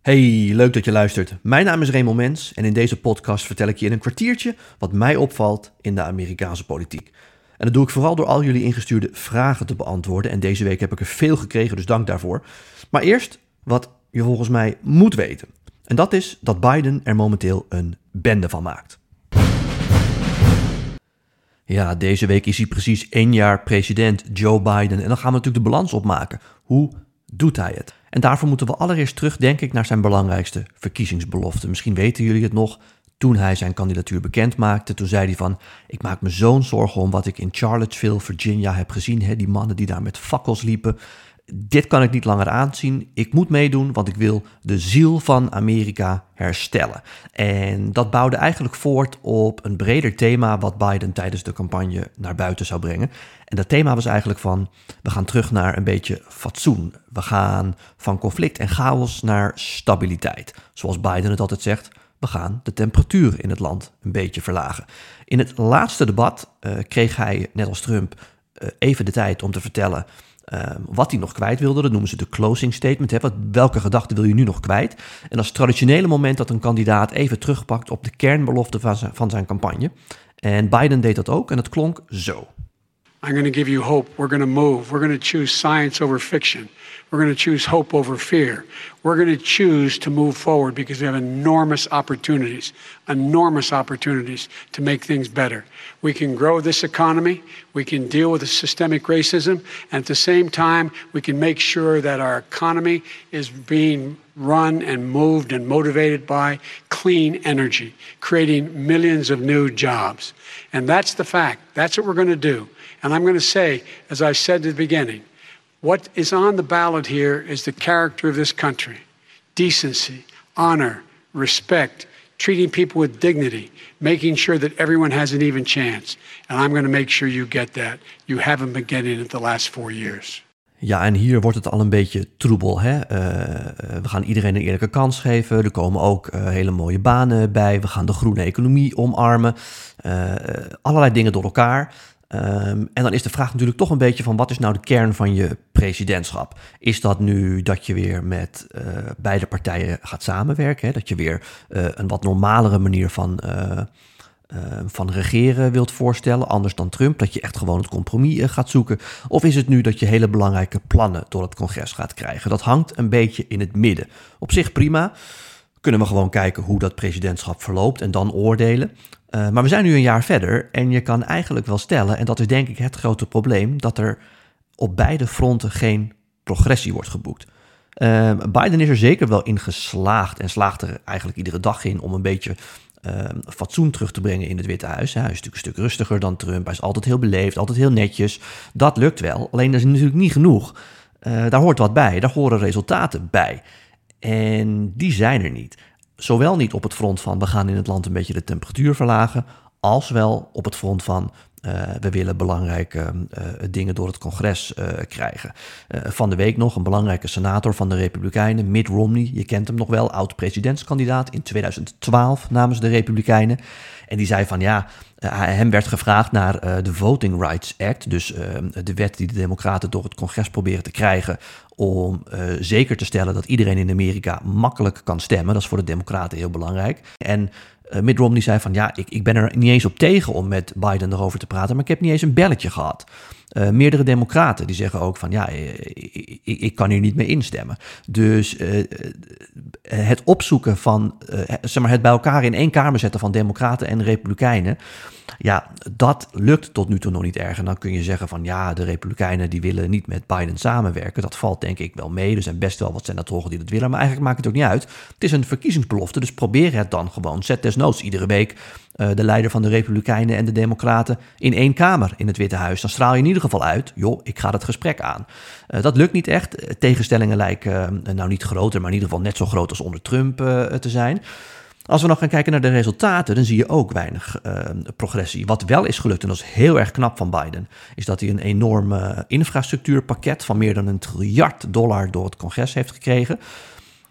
Hey, leuk dat je luistert. Mijn naam is Raymond Mens en in deze podcast vertel ik je in een kwartiertje wat mij opvalt in de Amerikaanse politiek. En dat doe ik vooral door al jullie ingestuurde vragen te beantwoorden en deze week heb ik er veel gekregen, dus dank daarvoor. Maar eerst wat je volgens mij moet weten. En dat is dat Biden er momenteel een bende van maakt. Ja, deze week is hij precies 1 jaar president, Joe Biden. En dan gaan we natuurlijk de balans opmaken. Hoe doet hij het? En daarvoor moeten we allereerst terug, denk ik, naar zijn belangrijkste verkiezingsbelofte. Misschien weten jullie het nog. Toen hij zijn kandidatuur bekend maakte, toen zei hij van: ik maak me zo'n zorgen om wat ik in Charlottesville, Virginia heb gezien. Hè, die mannen die daar met fakkels liepen. Dit kan ik niet langer aanzien. Ik moet meedoen, want ik wil de ziel van Amerika herstellen. En dat bouwde eigenlijk voort op een breder thema wat Biden tijdens de campagne naar buiten zou brengen. En dat thema was eigenlijk van: we gaan terug naar een beetje fatsoen. We gaan van conflict en chaos naar stabiliteit. Zoals Biden het altijd zegt, we gaan de temperatuur in het land een beetje verlagen. In het laatste debat kreeg hij, net als Trump, even de tijd om te vertellen wat hij nog kwijt wilde. Dat noemen ze de closing statement. Hè? Welke gedachten wil je nu nog kwijt? En dat is het traditionele moment dat een kandidaat even terugpakt op de kernbelofte van zijn campagne. En Biden deed dat ook en het klonk zo. I'm going to give you hope. We're going to move. We're going to choose science over fiction. We're going to choose hope over fear. We're going to choose to move forward because we have enormous opportunities to make things better. We can grow this economy. We can deal with the systemic racism. And at the same time, we can make sure that our economy is being run and moved and motivated by clean energy, creating millions of new jobs. And that's the fact. That's what we're going to do. And I'm going to say, as I said at the beginning, what is on the ballot here is the character of this country. Decency, honor, respect, treating people with dignity, making sure that everyone has an even chance. And I'm going to make sure you get that. You haven't been getting it the last 4 years. Ja, en hier wordt het al een beetje troebel. Hè? We gaan iedereen een eerlijke kans geven. Er komen ook hele mooie banen bij. We gaan de groene economie omarmen. Allerlei dingen door elkaar. En dan is de vraag natuurlijk toch een beetje van: wat is nou de kern van je presidentschap? Is dat nu dat je weer met beide partijen gaat samenwerken? Hè? Dat je weer een wat normalere manier van regeren wilt voorstellen, anders dan Trump, dat je echt gewoon het compromis gaat zoeken? Of is het nu dat je hele belangrijke plannen door het congres gaat krijgen? Dat hangt een beetje in het midden. Op zich prima. Kunnen we gewoon kijken hoe dat presidentschap verloopt en dan oordelen. Maar we zijn nu 1 jaar verder en je kan eigenlijk wel stellen, en dat is denk ik het grote probleem, dat er op beide fronten geen progressie wordt geboekt. Biden is er zeker wel in geslaagd en slaagt er eigenlijk iedere dag in om een beetje fatsoen terug te brengen in het Witte Huis. Hij is natuurlijk een stuk rustiger dan Trump. Hij is altijd heel beleefd, altijd heel netjes. Dat lukt wel, alleen dat is natuurlijk niet genoeg. Daar hoort wat bij, daar horen resultaten bij. En die zijn er niet. Zowel niet op het front van: we gaan in het land een beetje de temperatuur verlagen, als wel op het front van: we willen belangrijke dingen door het congres krijgen. Van de week nog een belangrijke senator van de Republikeinen, Mitt Romney. Je kent hem nog wel, oud-presidentskandidaat in 2012 namens de Republikeinen. En die zei van hem werd gevraagd naar de Voting Rights Act, dus de wet die de Democraten door het congres proberen te krijgen om zeker te stellen dat iedereen in Amerika makkelijk kan stemmen. Dat is voor de Democraten heel belangrijk. En Mitt Romney zei van: ik ben er niet eens op tegen om met Biden erover te praten, maar ik heb niet eens een belletje gehad. Meerdere democraten die zeggen ook van: ik kan hier niet mee instemmen. Dus het opzoeken van, het bij elkaar in 1 kamer zetten van democraten en republikeinen, dat lukt tot nu toe nog niet erg. En dan kun je zeggen van: de republikeinen die willen niet met Biden samenwerken. Dat valt denk ik wel mee. Er zijn best wel wat senatoren die dat willen, maar eigenlijk maakt het ook niet uit. Het is een verkiezingsbelofte, dus probeer het dan gewoon. Zet desnoods iedere week de leider van de Republikeinen en de Democraten in 1 kamer in het Witte Huis. Dan straal je in ieder geval uit: ik ga het gesprek aan. Dat lukt niet echt. Tegenstellingen lijken niet groter, maar in ieder geval net zo groot als onder Trump te zijn. Als we nog gaan kijken naar de resultaten, dan zie je ook weinig progressie. Wat wel is gelukt, en dat is heel erg knap van Biden, is dat hij een enorm infrastructuurpakket van meer dan $1 triljoen door het congres heeft gekregen.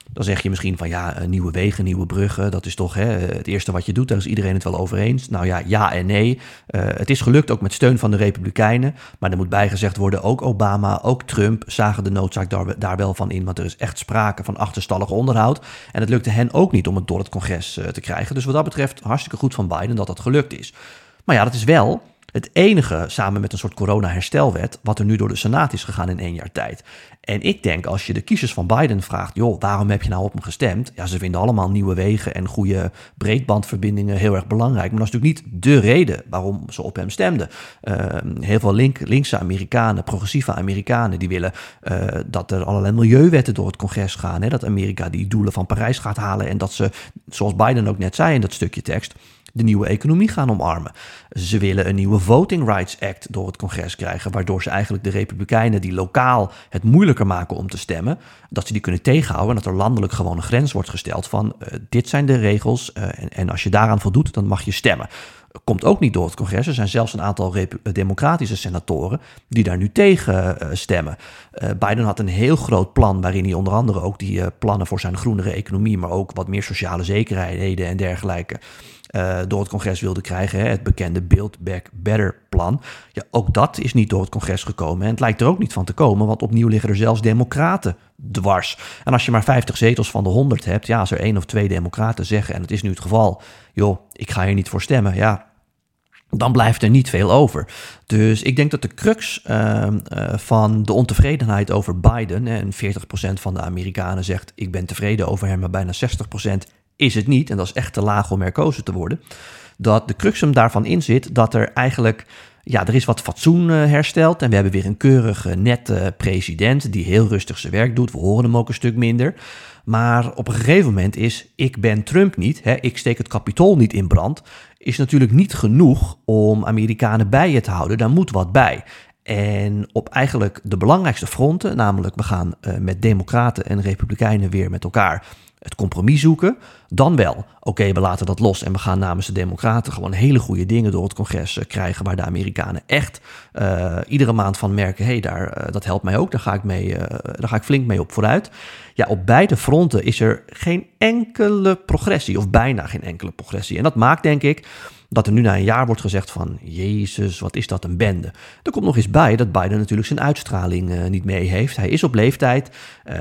Dan zeg je misschien van nieuwe wegen, nieuwe bruggen, dat is toch het eerste wat je doet. Daar is iedereen het wel over eens. Nou ja en nee. Het is gelukt ook met steun van de Republikeinen. Maar er moet bijgezegd worden, ook Obama, ook Trump zagen de noodzaak daar wel van in. Want er is echt sprake van achterstallig onderhoud. En het lukte hen ook niet om het door het congres te krijgen. Dus wat dat betreft hartstikke goed van Biden dat dat gelukt is. Maar ja, dat is wel het enige, samen met een soort corona-herstelwet, wat er nu door de Senaat is gegaan in 1 jaar tijd. En ik denk, als je de kiezers van Biden vraagt, joh, waarom heb je nou op hem gestemd? Ja, ze vinden allemaal nieuwe wegen en goede breedbandverbindingen heel erg belangrijk. Maar dat is natuurlijk niet de reden waarom ze op hem stemden. Heel veel linkse Amerikanen, progressieve Amerikanen, die willen dat er allerlei milieuwetten door het congres gaan. Hè, dat Amerika die doelen van Parijs gaat halen en dat ze, zoals Biden ook net zei in dat stukje tekst, de nieuwe economie gaan omarmen. Ze willen een nieuwe Voting Rights Act door het congres krijgen, waardoor ze eigenlijk de Republikeinen die lokaal het moeilijker maken om te stemmen, dat ze die kunnen tegenhouden en dat er landelijk gewoon een grens wordt gesteld van dit zijn de regels en als je daaraan voldoet, dan mag je stemmen. Komt ook niet door het congres. Er zijn zelfs een aantal democratische senatoren die daar nu tegen stemmen. Biden had een heel groot plan waarin hij onder andere ook die plannen voor zijn groenere economie, maar ook wat meer sociale zekerheden en dergelijke door het congres wilde krijgen. Het bekende Build Back Better plan. Ja, ook dat is niet door het congres gekomen. En het lijkt er ook niet van te komen, want opnieuw liggen er zelfs democraten dwars. En als je maar 50 zetels van de 100 hebt, ja, als er 1 of 2 democraten zeggen, en het is nu het geval, joh, ik ga hier niet voor stemmen, ja, dan blijft er niet veel over. Dus ik denk dat de crux van de ontevredenheid over Biden, en 40% van de Amerikanen zegt ik ben tevreden over hem, maar bijna 60% is het niet, en dat is echt te laag om herkozen te worden, dat de crux hem daarvan in zit dat er eigenlijk, ja, er is wat fatsoen hersteld en we hebben weer een keurige, nette president die heel rustig zijn werk doet. We horen hem ook een stuk minder. Maar op een gegeven moment is ik ben Trump niet, ik steek het Capitool niet in brand, is natuurlijk niet genoeg om Amerikanen bij je te houden. Daar moet wat bij. En op eigenlijk de belangrijkste fronten, namelijk we gaan met democraten en republikeinen weer met elkaar het compromis zoeken, dan wel. Oké, we laten dat los en we gaan namens de democraten gewoon hele goede dingen door het congres krijgen waar de Amerikanen echt iedere maand van merken, dat helpt mij ook, daar ga ik flink mee op vooruit. Ja, op beide fronten is er geen enkele progressie, of bijna geen enkele progressie. En dat maakt, denk ik, dat er nu na een jaar wordt gezegd van, jezus, wat is dat een bende. Er komt nog eens bij dat Biden natuurlijk zijn uitstraling niet mee heeft. Hij is op leeftijd.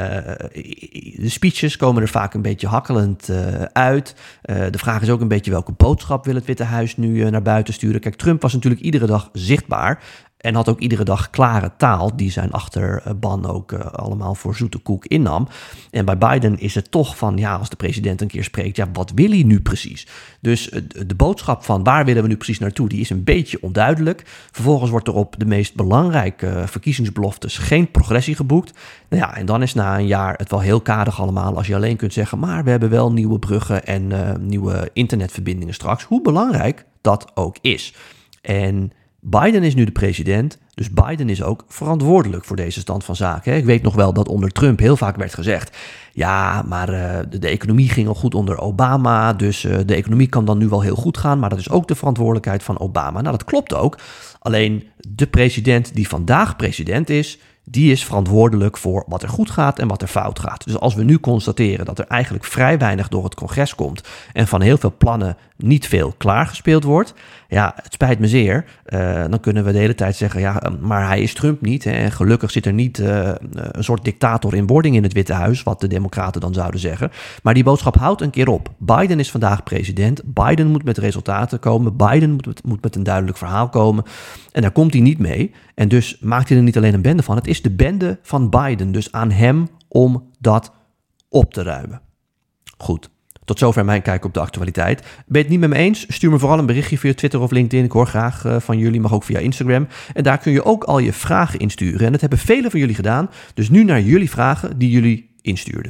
De speeches komen er vaak een beetje hakkelend uit. De vraag is ook een beetje welke boodschap wil het Witte Huis nu naar buiten sturen. Kijk, Trump was natuurlijk iedere dag zichtbaar en had ook iedere dag klare taal die zijn achterban ook allemaal voor zoete koek innam. En bij Biden is het toch van, ja, als de president een keer spreekt, ja, wat wil hij nu precies? Dus de boodschap van waar willen we nu precies naartoe, die is een beetje onduidelijk. Vervolgens wordt er op de meest belangrijke verkiezingsbeloftes geen progressie geboekt. Nou ja, en dan is na een jaar het wel heel karig allemaal als je alleen kunt zeggen, maar we hebben wel nieuwe bruggen en nieuwe internetverbindingen straks. Hoe belangrijk dat ook is. En Biden is nu de president, dus Biden is ook verantwoordelijk voor deze stand van zaken. Ik weet nog wel dat onder Trump heel vaak werd gezegd, ja, maar de economie ging al goed onder Obama, dus de economie kan dan nu wel heel goed gaan, maar dat is ook de verantwoordelijkheid van Obama. Nou, dat klopt ook, alleen de president die vandaag president is, die is verantwoordelijk voor wat er goed gaat en wat er fout gaat. Dus als we nu constateren dat er eigenlijk vrij weinig door het congres komt en van heel veel plannen niet veel klaargespeeld wordt, ja, het spijt me zeer. Dan kunnen we de hele tijd zeggen, ja, maar hij is Trump niet. Hè, en gelukkig zit er niet een soort dictator in wording in het Witte Huis, wat de democraten dan zouden zeggen. Maar die boodschap houdt een keer op. Biden is vandaag president. Biden moet met resultaten komen. Biden moet met een duidelijk verhaal komen. En daar komt hij niet mee. En dus maakt hij er niet alleen een bende van. Het is de bende van Biden. Dus aan hem om dat op te ruimen. Goed. Tot zover mijn kijk op de actualiteit. Ben je het niet met me eens? Stuur me vooral een berichtje via Twitter of LinkedIn. Ik hoor graag van jullie, mag ook via Instagram. En daar kun je ook al je vragen insturen. En dat hebben velen van jullie gedaan. Dus nu naar jullie vragen die jullie instuurden.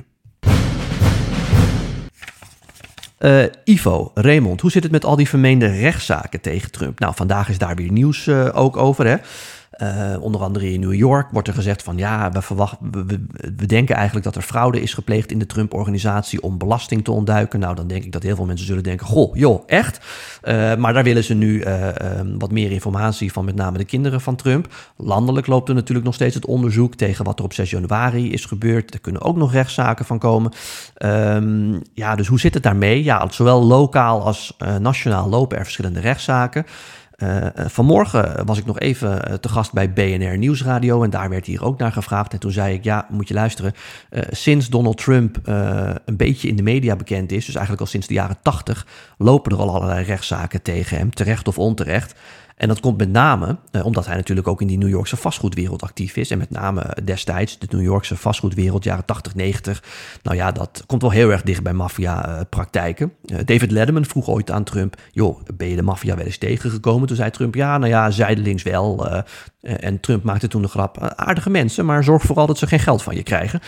Ivo, Raymond, hoe zit het met al die vermeende rechtszaken tegen Trump? Nou, vandaag is daar weer nieuws ook over, hè? Onder andere in New York wordt er gezegd van ja, we denken eigenlijk dat er fraude is gepleegd in de Trump-organisatie om belasting te ontduiken. Nou, dan denk ik dat heel veel mensen zullen denken, goh, joh, echt? Maar daar willen ze nu wat meer informatie van met name de kinderen van Trump. Landelijk loopt er natuurlijk nog steeds het onderzoek tegen wat er op 6 januari is gebeurd. Er kunnen ook nog rechtszaken van komen. Dus hoe zit het daarmee? Ja, zowel lokaal als nationaal lopen er verschillende rechtszaken. Vanmorgen was ik nog even te gast bij BNR Nieuwsradio en daar werd hier ook naar gevraagd. En toen zei ik, ja, moet je luisteren, sinds Donald Trump een beetje in de media bekend is, dus eigenlijk al sinds de jaren 80, lopen er al allerlei rechtszaken tegen hem, terecht of onterecht. En dat komt met name omdat hij natuurlijk ook in die New Yorkse vastgoedwereld actief is. En met name destijds de New Yorkse vastgoedwereld, jaren 80, 90. Nou ja, dat komt wel heel erg dicht bij maffia-praktijken. David Letterman vroeg ooit aan Trump, joh, ben je de maffia wel eens tegengekomen? Toen zei Trump, ja, nou ja, zijdelings wel. En Trump maakte toen de grap, aardige mensen, maar zorg vooral dat ze geen geld van je krijgen.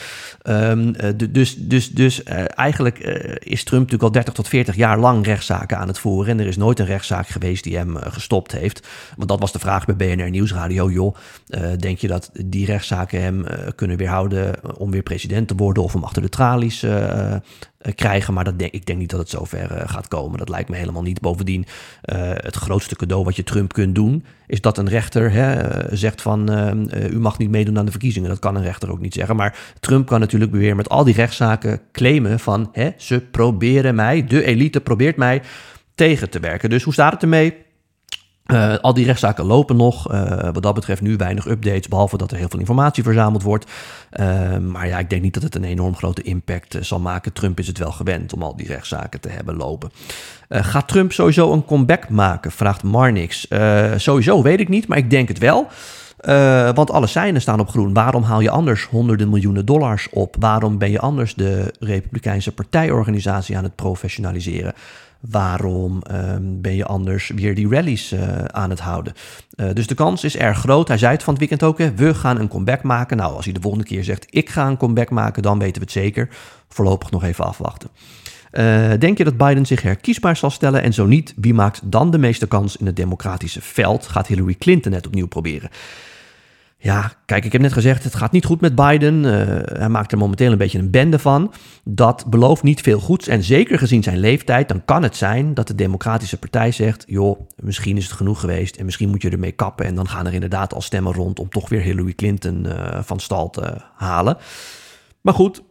Eigenlijk is Trump natuurlijk al 30 tot 40 jaar lang rechtszaken aan het voeren. En er is nooit een rechtszaak geweest die hem gestopt heeft. Want dat was de vraag bij BNR Nieuwsradio. Joh, denk je dat die rechtszaken hem kunnen weerhouden om weer president te worden of hem achter de tralies krijgen? Maar ik denk niet dat het zover gaat komen. Dat lijkt me helemaal niet. Bovendien, het grootste cadeau wat je Trump kunt doen is dat een rechter zegt van u mag niet meedoen aan de verkiezingen. Dat kan een rechter ook niet zeggen. Maar Trump kan natuurlijk weer met al die rechtszaken claimen van ze proberen mij, de elite probeert mij tegen te werken. Dus hoe staat het ermee? Al die rechtszaken lopen nog. Wat dat betreft nu weinig updates, behalve dat er heel veel informatie verzameld wordt. Maar ja, ik denk niet dat het een enorm grote impact zal maken. Trump is het wel gewend om al die rechtszaken te hebben lopen. Gaat Trump sowieso een comeback maken? Vraagt Marnix. Sowieso weet ik niet, maar ik denk het wel. Want alle seinen staan op groen. Waarom haal je anders honderden miljoenen dollars op? Waarom ben je anders de Republikeinse partijorganisatie aan het professionaliseren? Waarom ben je anders weer die rallies aan het houden? Dus de kans is erg groot. Hij zei het van het weekend ook, we gaan een comeback maken. Nou, als hij de volgende keer zegt, ik ga een comeback maken, dan weten we het zeker. Voorlopig nog even afwachten. Denk je dat Biden zich herkiesbaar zal stellen? En zo niet, wie maakt dan de meeste kans in het democratische veld? Gaat Hillary Clinton het opnieuw proberen? Ja, kijk, ik heb net gezegd, het gaat niet goed met Biden. Hij maakt er momenteel een beetje een bende van. Dat belooft niet veel goeds. En zeker gezien zijn leeftijd, dan kan het zijn dat de Democratische Partij zegt, joh, misschien is het genoeg geweest en misschien moet je ermee kappen. En dan gaan er inderdaad al stemmen rond om toch weer Hillary Clinton van stal te halen. Maar goed,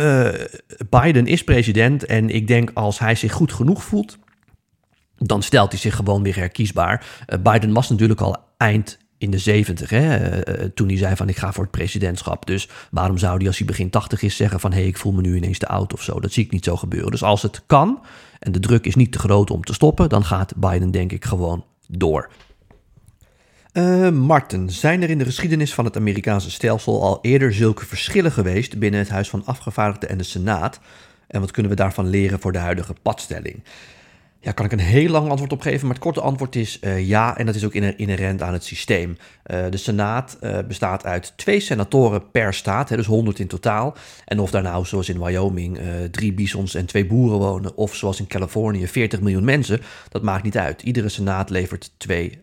Biden is president en ik denk als hij zich goed genoeg voelt, dan stelt hij zich gewoon weer herkiesbaar. Biden was natuurlijk al eind in de 70, toen hij zei van ik ga voor het presidentschap. Dus waarom zou hij als hij begin 80 is zeggen van ik voel me nu ineens te oud of zo. Dat zie ik niet zo gebeuren. Dus als het kan en de druk is niet te groot om te stoppen, dan gaat Biden denk ik gewoon door. Marten, zijn er in de geschiedenis van het Amerikaanse stelsel al eerder zulke verschillen geweest binnen het Huis van Afgevaardigden en de Senaat? En wat kunnen we daarvan leren voor de huidige padstelling? Ja, kan ik een heel lang antwoord op geven, maar het korte antwoord is ja, en dat is ook inherent aan het systeem. De Senaat bestaat uit 2 senatoren per staat, dus 100 in totaal. En of daar nou, zoals in Wyoming, 3 bisons en 2 boeren wonen, of zoals in Californië 40 miljoen mensen, dat maakt niet uit. Iedere staat levert 2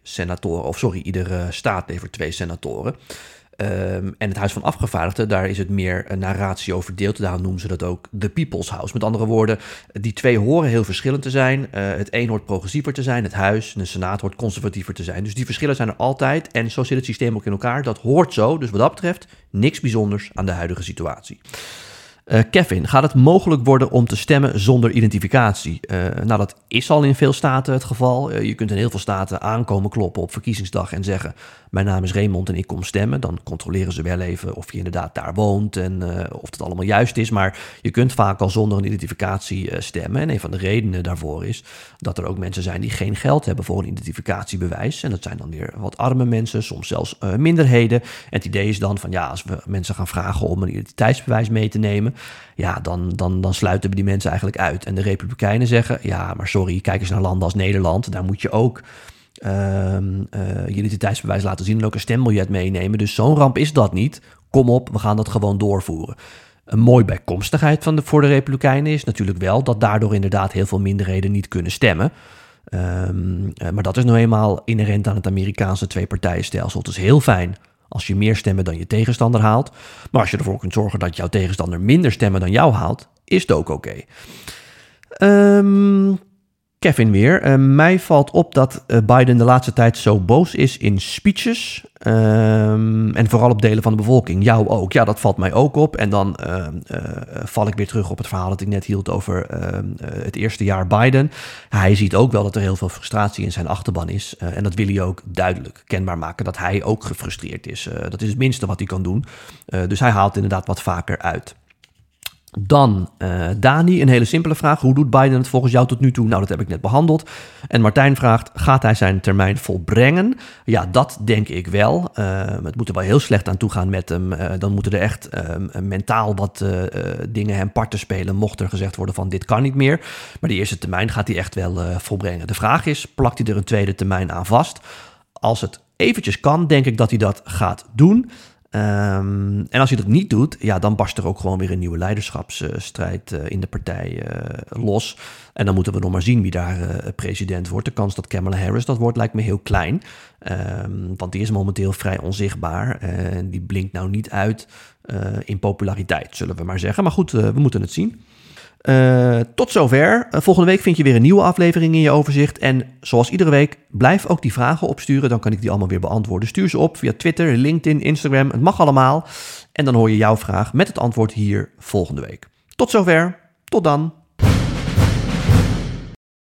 senatoren. En het Huis van Afgevaardigden, daar is het meer naar ratio verdeeld. Daarom noemen ze dat ook the People's House. Met andere woorden, die 2 horen heel verschillend te zijn. Het een hoort progressiever te zijn, het Huis, de Senaat hoort conservatiever te zijn. Dus die verschillen zijn er altijd en zo zit het systeem ook in elkaar. Dat hoort zo, dus wat dat betreft niks bijzonders aan de huidige situatie. Kevin, gaat het mogelijk worden om te stemmen zonder identificatie? Nou, dat is al in veel staten het geval. Je kunt in heel veel staten aankomen kloppen op verkiezingsdag en zeggen, mijn naam is Raymond en ik kom stemmen. Dan controleren ze wel even of je inderdaad daar woont en of het allemaal juist is. Maar je kunt vaak al zonder een identificatie stemmen. En een van de redenen daarvoor is dat er ook mensen zijn die geen geld hebben voor een identificatiebewijs. En dat zijn dan weer wat arme mensen, soms zelfs minderheden. En het idee is dan van ja, als we mensen gaan vragen om een identiteitsbewijs mee te nemen, ja, dan sluiten we die mensen eigenlijk uit. En de Republikeinen zeggen, ja, maar sorry, kijk eens naar landen als Nederland. Daar moet je ook je identiteitsbewijs laten zien en ook een stembiljet meenemen. Dus zo'n ramp is dat niet. Kom op, we gaan dat gewoon doorvoeren. Een mooie bijkomstigheid voor de Republikeinen is natuurlijk wel dat daardoor inderdaad heel veel minderheden niet kunnen stemmen. Maar dat is nou eenmaal inherent aan het Amerikaanse tweepartijenstelsel. Het is heel fijn als je meer stemmen dan je tegenstander haalt. Maar als je ervoor kunt zorgen dat jouw tegenstander minder stemmen dan jou haalt, is het ook oké. Kevin weer. Mij valt op dat Biden de laatste tijd zo boos is in speeches. En vooral op delen van de bevolking. Jou ook. Ja, dat valt mij ook op. En dan val ik weer terug op het verhaal dat ik net hield over het eerste jaar Biden. Hij ziet ook wel dat er heel veel frustratie in zijn achterban is. En dat wil hij ook duidelijk kenbaar maken, dat hij ook gefrustreerd is. Dat is het minste wat hij kan doen. Dus hij haalt inderdaad wat vaker uit. Dan Dani, een hele simpele vraag. Hoe doet Biden het volgens jou tot nu toe? Nou, dat heb ik net behandeld. En Martijn vraagt, gaat hij zijn termijn volbrengen? Ja, dat denk ik wel. Het moet er wel heel slecht aan toe gaan met hem. Dan moeten er echt mentaal wat dingen hem parten spelen, mocht er gezegd worden van dit kan niet meer. Maar de eerste termijn gaat hij echt wel volbrengen. De vraag is, plakt hij er een tweede termijn aan vast? Als het eventjes kan, denk ik dat hij dat gaat doen. En als hij dat niet doet, ja, dan barst er ook gewoon weer een nieuwe leiderschapsstrijd in de partij los. En dan moeten we nog maar zien wie daar president wordt. De kans dat Kamala Harris dat wordt lijkt me heel klein. Want die is momenteel vrij onzichtbaar. En die blinkt nou niet uit in populariteit, zullen we maar zeggen. Maar goed, we moeten het zien. Tot zover. Volgende week vind je weer een nieuwe aflevering in je overzicht. En zoals iedere week, blijf ook die vragen opsturen. Dan kan ik die allemaal weer beantwoorden. Stuur ze op via Twitter, LinkedIn, Instagram. Het mag allemaal. En dan hoor je jouw vraag met het antwoord hier volgende week. Tot zover. Tot dan.